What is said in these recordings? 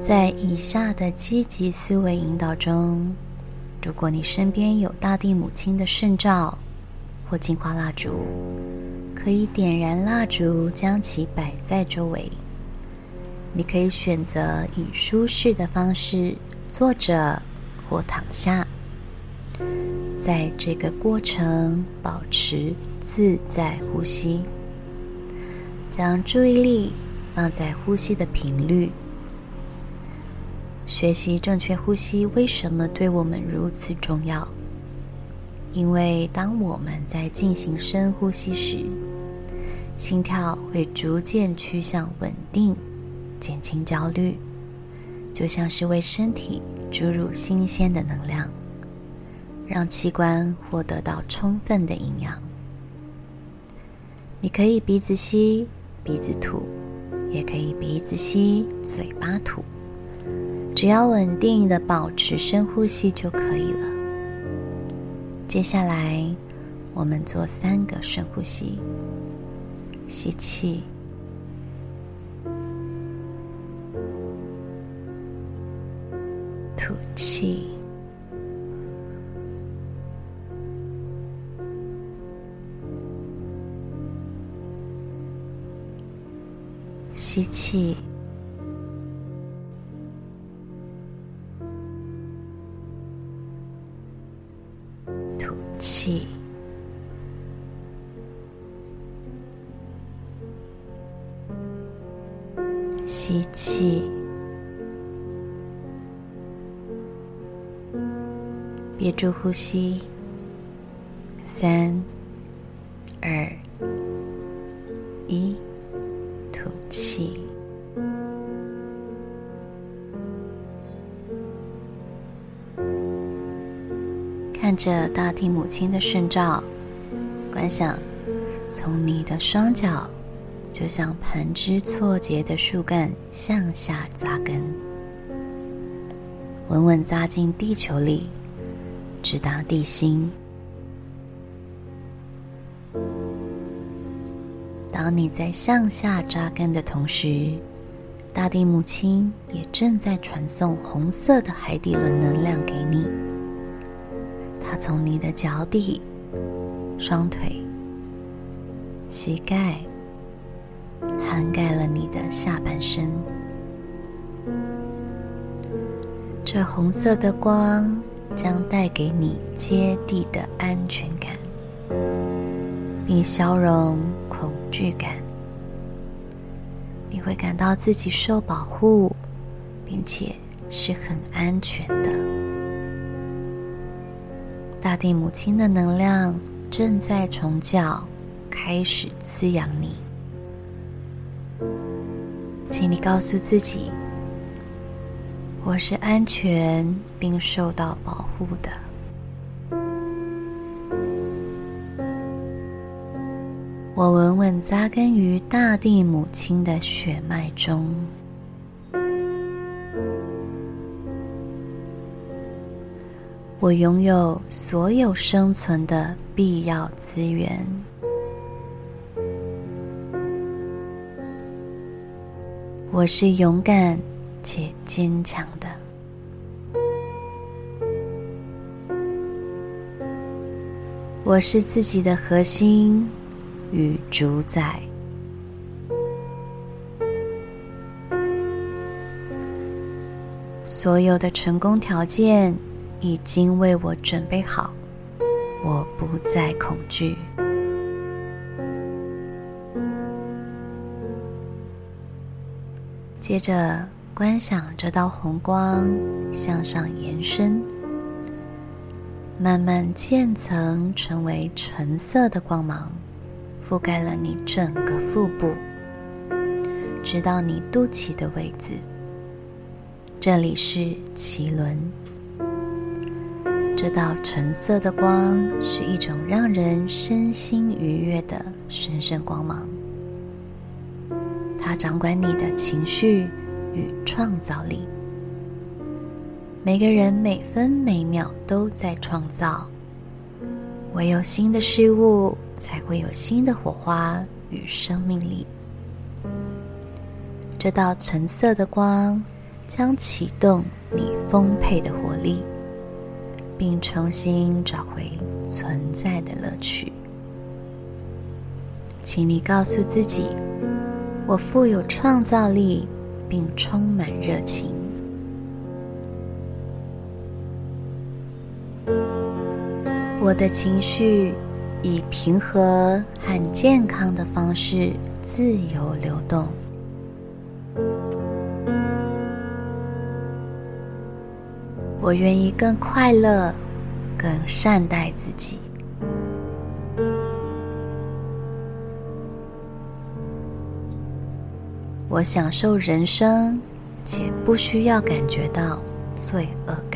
在以下的积极思维引导中，如果你身边有大地母亲的圣照或净化蜡烛，可以点燃蜡烛，将其摆在周围。你可以选择以舒适的方式坐着或躺下，在这个过程保持自在呼吸，将注意力放在呼吸的频率。学习正确呼吸为什么对我们如此重要？因为当我们在进行深呼吸时，心跳会逐渐趋向稳定，减轻焦虑，就像是为身体注入新鲜的能量，让器官获得到充分的营养。你可以鼻子吸，鼻子吐，也可以鼻子吸，嘴巴吐，只要稳定的保持深呼吸就可以了。接下来我们做3个深呼吸。吸气，吐气，吸气，吐气，吸气，憋住呼吸，3、2、1，吐气。看着大地母亲的圣照，观想从你的双脚就像盘枝错节的树干向下扎根，稳稳扎进地球里，直达地心。当你在向下扎根的同时，大地母亲也正在传送红色的海底轮能量给你。它从你的脚底、双腿、膝盖涵盖了你的下半身。这红色的光将带给你接地的安全感，并消融恐惧感。你会感到自己受保护，并且是很安全的。大地母亲的能量正在从脚开始滋养你。请你告诉自己，我是安全并受到保护的。我稳稳扎根于大地母亲的血脉中。我拥有所有生存的必要资源。我是勇敢且坚强的。我是自己的核心与主宰。所有的成功条件已经为我准备好，我不再恐惧。接着观想这道红光向上延伸，慢慢渐层成为橙色的光芒，覆盖了你整个腹部，直到你肚脐的位置。这里是脐轮。这道橙色的光是一种让人身心愉悦的神圣光芒，它掌管你的情绪与创造力。每个人每分每秒都在创造，唯有新的事物才会有新的火花与生命力。这道橙色的光将启动你丰沛的活力，并重新找回存在的乐趣。请你告诉自己，我富有创造力，并充满热情。我的情绪以平和和健康的方式自由流动。我愿意更快乐，更善待自己。我享受人生，且不需要感觉到罪恶感。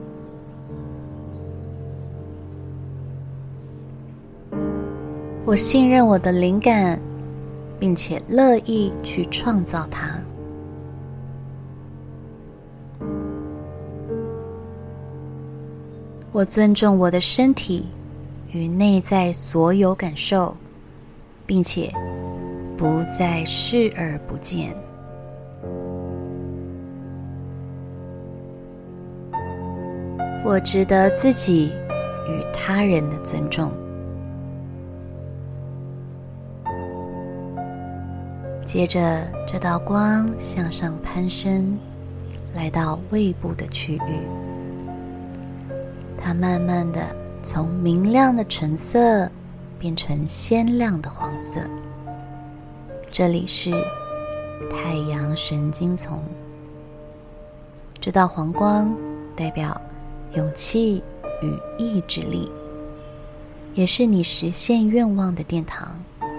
我信任我的灵感，并且乐意去创造它。我尊重我的身体与内在所有感受，并且不再视而不见。我值得自己与他人的尊重。接着，这道光向上攀升，来到胃部的区域。它慢慢的从明亮的橙色变成鲜亮的黄色。这里是太阳神经丛。这道黄光代表勇气与意志力，也是你实现愿望的殿堂。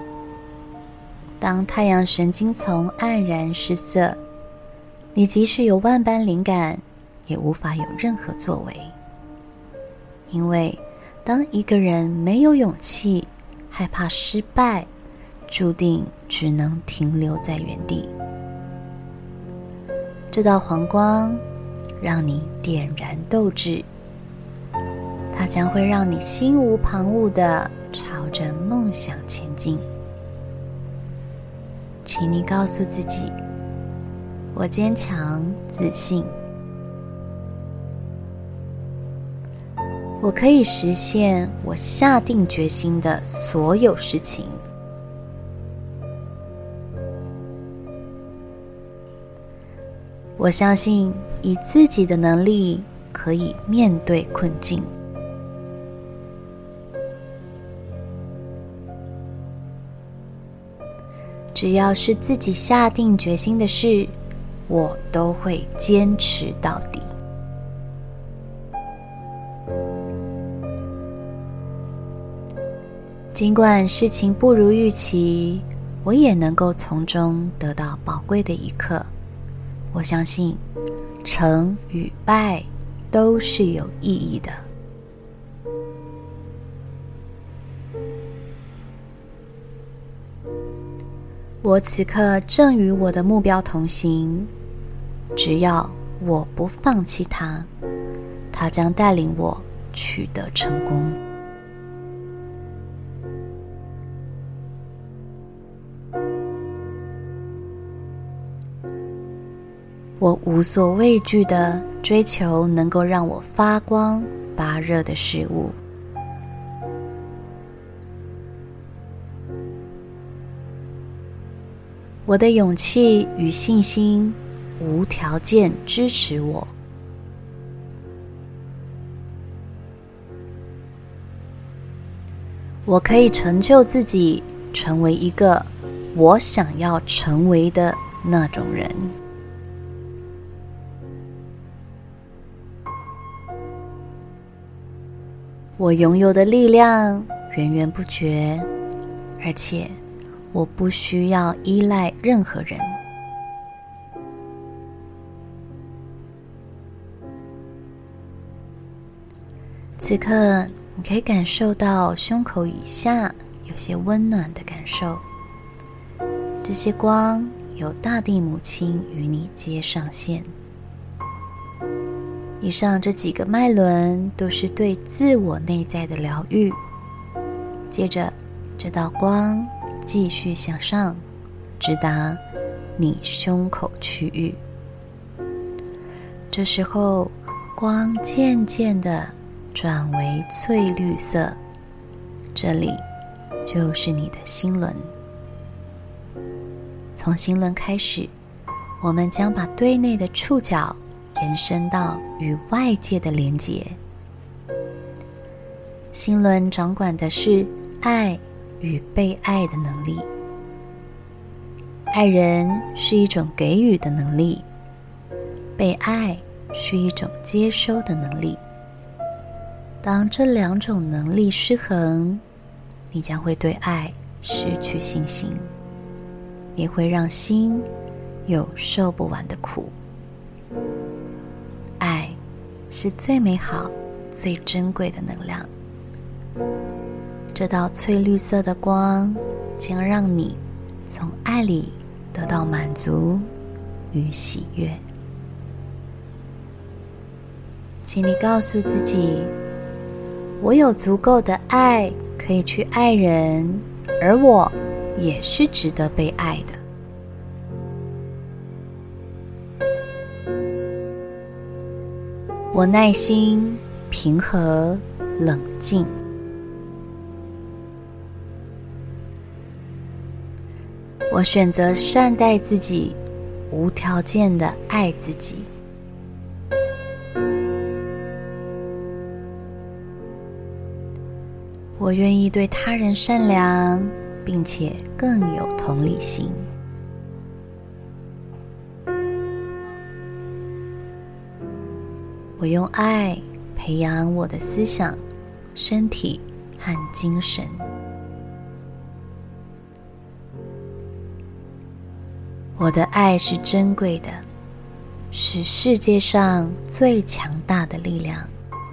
当太阳神经丛黯然失色，你即使有万般灵感，也无法有任何作为。因为当一个人没有勇气，害怕失败，注定只能停留在原地。这道黄光让你点燃斗志，它将会让你心无旁骛地朝着梦想前进。请你告诉自己，我坚强自信，我可以实现我下定决心的所有事情。我相信以自己的能力可以面对困境。只要是自己下定决心的事，我都会坚持到底。尽管事情不如预期，我也能够从中得到宝贵的一课。我相信成与败都是有意义的。我此刻正与我的目标同行，只要我不放弃它，它将带领我取得成功。我无所畏惧地追求能够让我发光发热的事物。我的勇气与信心无条件支持我。我可以成就自己，成为一个我想要成为的那种人。我拥有的力量源源不绝，而且我不需要依赖任何人。此刻，你可以感受到胸口以下有些温暖的感受。这些光由大地母亲与你接上线。以上这几个脉轮都是对自我内在的疗愈。接着，这道光继续向上，直达你胸口区域。 这时候光渐渐地转为翠绿色，这里就是你的心轮。从心轮开始，我们将把对内的触角延伸到与外界的连结。心轮掌管的是爱与被爱的能力。爱人是一种给予的能力，被爱是一种接收的能力。当这两种能力失衡，你将会对爱失去信心，也会让心有受不完的苦。爱是最美好、最珍贵的能量。这道翠绿色的光将让你从爱里得到满足与喜悦。请你告诉自己，我有足够的爱可以去爱人，而我也是值得被爱的。我耐心、平和、冷静。我选择善待自己，无条件的爱自己。我愿意对他人善良，并且更有同理心。我用爱培养我的思想、身体和精神。我的爱是珍贵的，是世界上最强大的力量。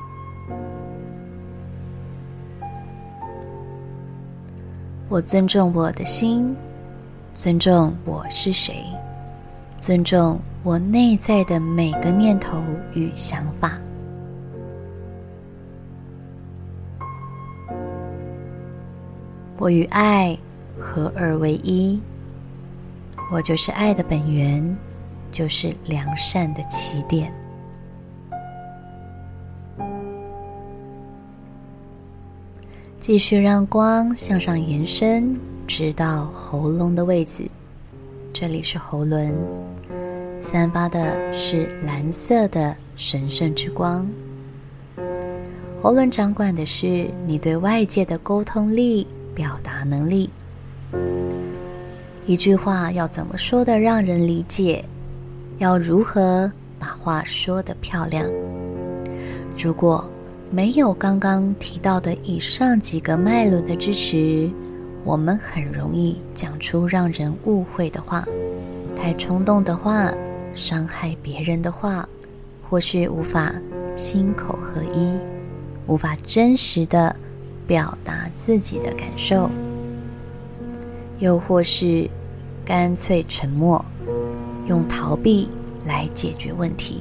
我尊重我的心，尊重我是谁，尊重我内在的每个念头与想法。我与爱合而为一，我就是爱的本源，就是良善的起点。继续让光向上延伸，直到喉咙的位置，这里是喉轮，散发的是蓝色的神圣之光。喉轮掌管的是你对外界的沟通力、表达能力。一句话要怎么说的让人理解，要如何把话说得漂亮。如果没有刚刚提到的以上几个脉轮的支持，我们很容易讲出让人误会的话，太冲动的话，伤害别人的话，或是无法心口合一，无法真实的表达自己的感受，又或是干脆沉默，用逃避来解决问题。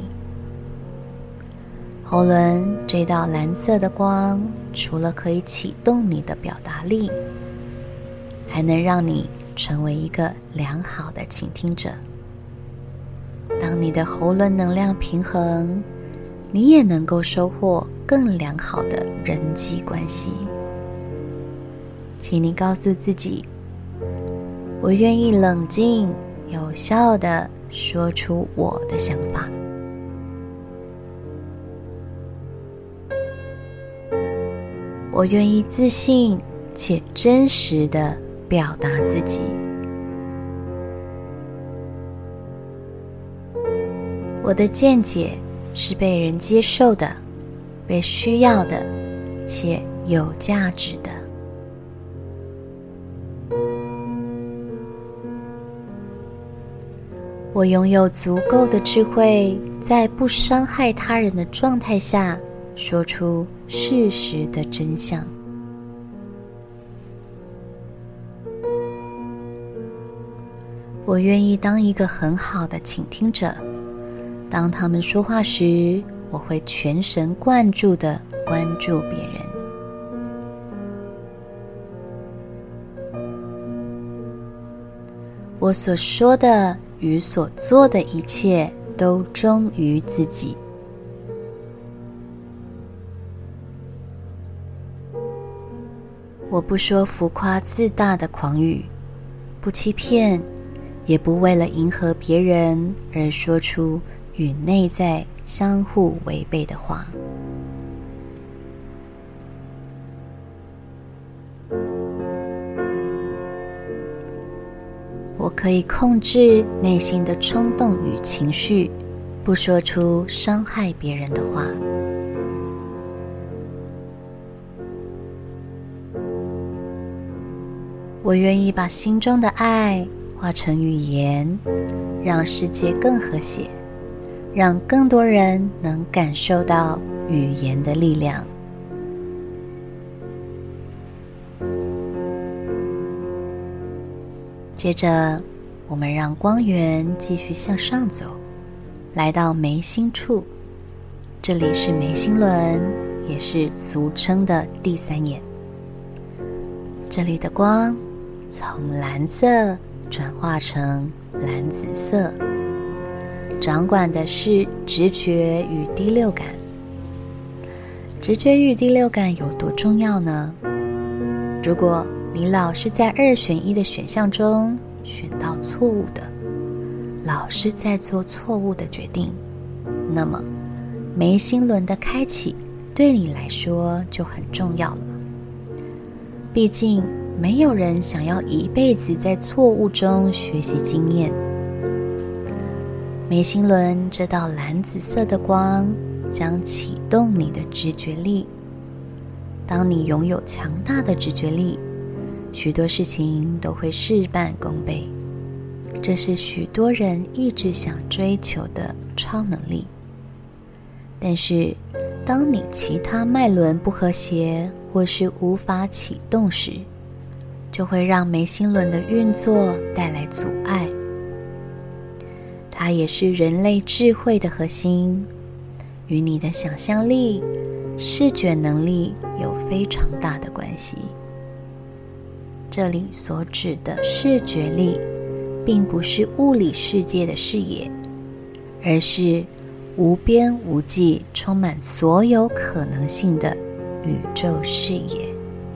喉轮这道蓝色的光，除了可以启动你的表达力，还能让你成为一个良好的倾听者。当你的喉轮能量平衡，你也能够收获更良好的人际关系。请你告诉自己，我愿意冷静、有效地说出我的想法。我愿意自信且真实地表达自己。我的见解是被人接受的，被需要的，且有价值的。我拥有足够的智慧，在不伤害他人的状态下，说出事实的真相。我愿意当一个很好的倾听者，当他们说话时，我会全神贯注地关注别人。我所说的与所做的一切都忠于自己。我不说浮夸自大的狂语，不欺骗，也不为了迎合别人而说出与内在相互违背的话。我可以控制内心的冲动与情绪，不说出伤害别人的话。我愿意把心中的爱化成语言，让世界更和谐，让更多人能感受到语言的力量。接着，我们让光源继续向上走，来到眉心处。这里是眉心轮，也是俗称的第三眼。这里的光从蓝色转化成蓝紫色，掌管的是直觉与第六感。直觉与第六感有多重要呢？如果你老是在2选1的选项中选到错误的，老是在做错误的决定，那么眉心轮的开启对你来说就很重要了。毕竟没有人想要一辈子在错误中学习经验。眉心轮这道蓝紫色的光将启动你的直觉力。当你拥有强大的直觉力，许多事情都会事半功倍。这是许多人一直想追求的超能力。但是当你其他脉轮不和谐或是无法启动时，就会让眉心轮的运作带来阻碍。它也是人类智慧的核心，与你的想象力、视觉能力有非常大的关系。这里所指的视觉力，并不是物理世界的视野，而是无边无际、充满所有可能性的宇宙视野。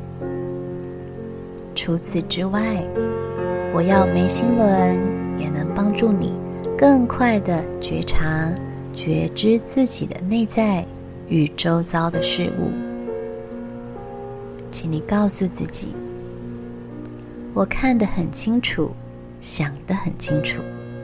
除此之外，我要眉心轮也能帮助你更快地觉察、觉知自己的内在与周遭的事物。请你告诉自己，我看得很清楚，想得很清楚。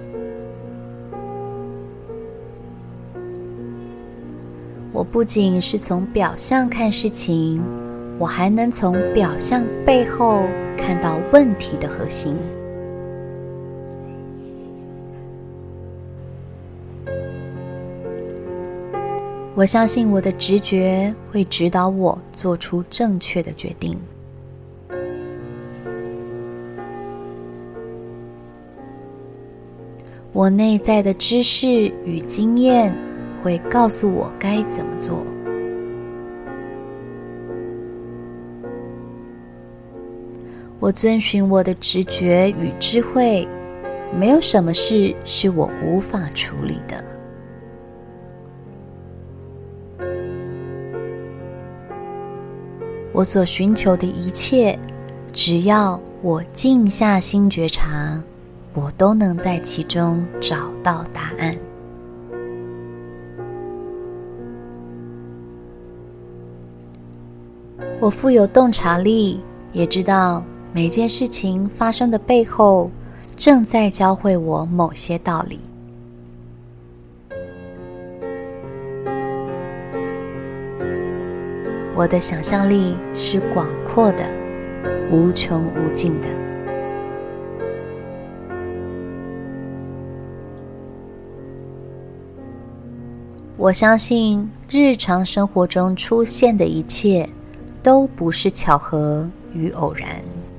我不仅是从表象看事情，我还能从表象背后看到问题的核心。我相信我的直觉会指导我做出正确的决定。我内在的知识与经验会告诉我该怎么做。我遵循我的直觉与智慧，没有什么事是我无法处理的。我所寻求的一切，只要我静下心觉察，我都能在其中找到答案。我富有洞察力，也知道每件事情发生的背后，正在教会我某些道理。我的想象力是广阔的，无穷无尽的。我相信日常生活中出现的一切都不是巧合与偶然。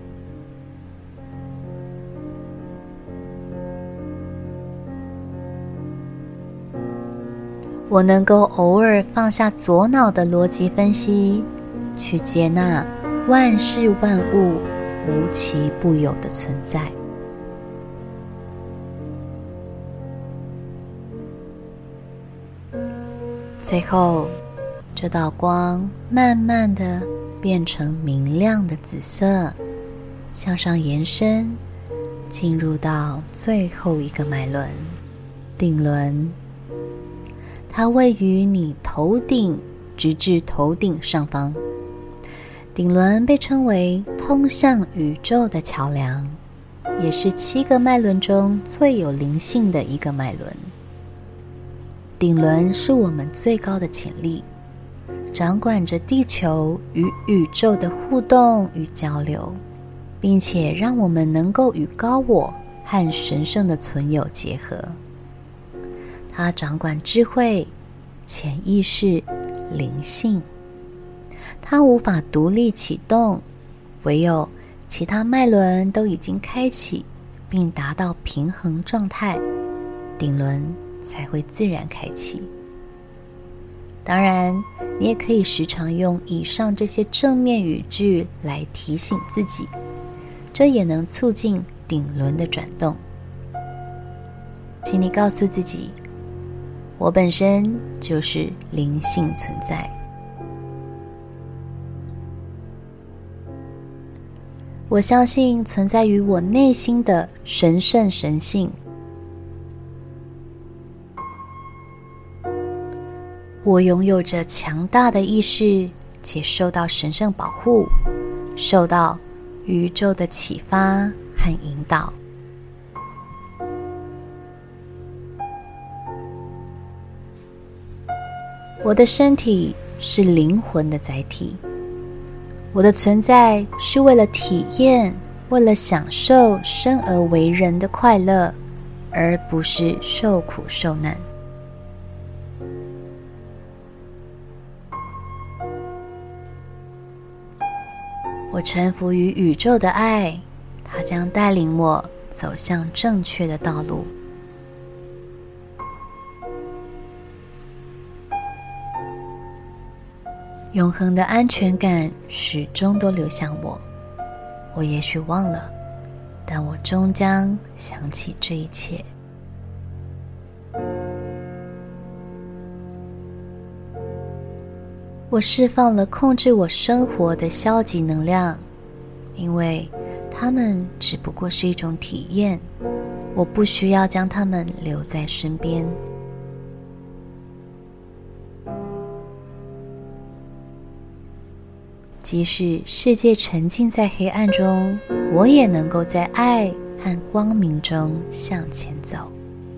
我能够偶尔放下左脑的逻辑分析，去接纳万事万物无奇不有的存在。 最后，这道光慢慢的变成明亮的紫色，向上延伸，进入到最后一个脉轮——顶轮。它位于你头顶，直至头顶上方。顶轮被称为通向宇宙的桥梁，也是7个脉轮中最有灵性的一个脉轮。顶轮是我们最高的潜力，掌管着地球与宇宙的互动与交流，并且让我们能够与高我和神圣的存有结合。它掌管智慧、潜意识、灵性。它无法独立启动，唯有其他脉轮都已经开启并达到平衡状态，顶轮才会自然开启。当然，你也可以时常用以上这些正面语句来提醒自己，这也能促进顶轮的转动。请你告诉自己，我本身就是灵性存在。我相信存在于我内心的神圣神性。我拥有着强大的意识，且受到神圣保护，受到宇宙的启发和引导。我的身体是灵魂的载体。我的存在是为了体验，为了享受生而为人的快乐，而不是受苦受难。我臣服于宇宙的爱，它将带领我走向正确的道路。永恒的安全感始终都流向我，我也许忘了，但我终将想起这一切。我释放了控制我生活的消极能量，因为它们只不过是一种体验，我不需要将它们留在身边。即使世界沉浸在黑暗中，我也能够在爱和光明中向前走。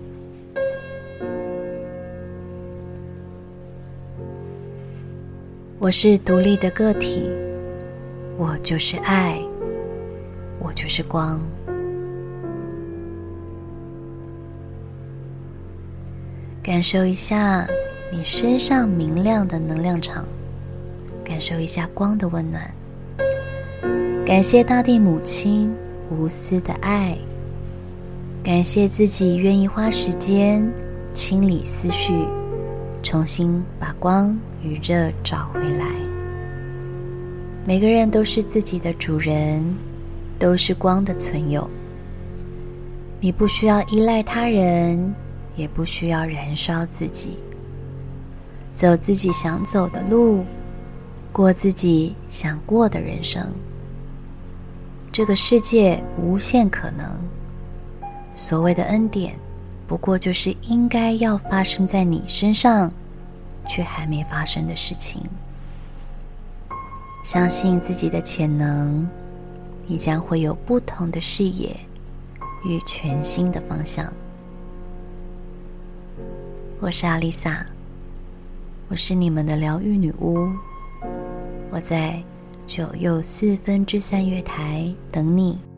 我是独立的个体，我就是爱，我就是光。感受一下你身上明亮的能量场，感受一下光的温暖。感谢大地母亲无私的爱，感谢自己愿意花时间清理思绪，重新把光与热找回来。每个人都是自己的主人，都是光的存有。你不需要依赖他人，也不需要燃烧自己，走自己想走的路，过自己想过的人生。这个世界无限可能，所谓的恩典不过就是应该要发生在你身上却还没发生的事情。相信自己的潜能，你将会有不同的视野与全新的方向。我是阿丽萨，我是你们的疗愈女巫，我在9又3/4月台等你。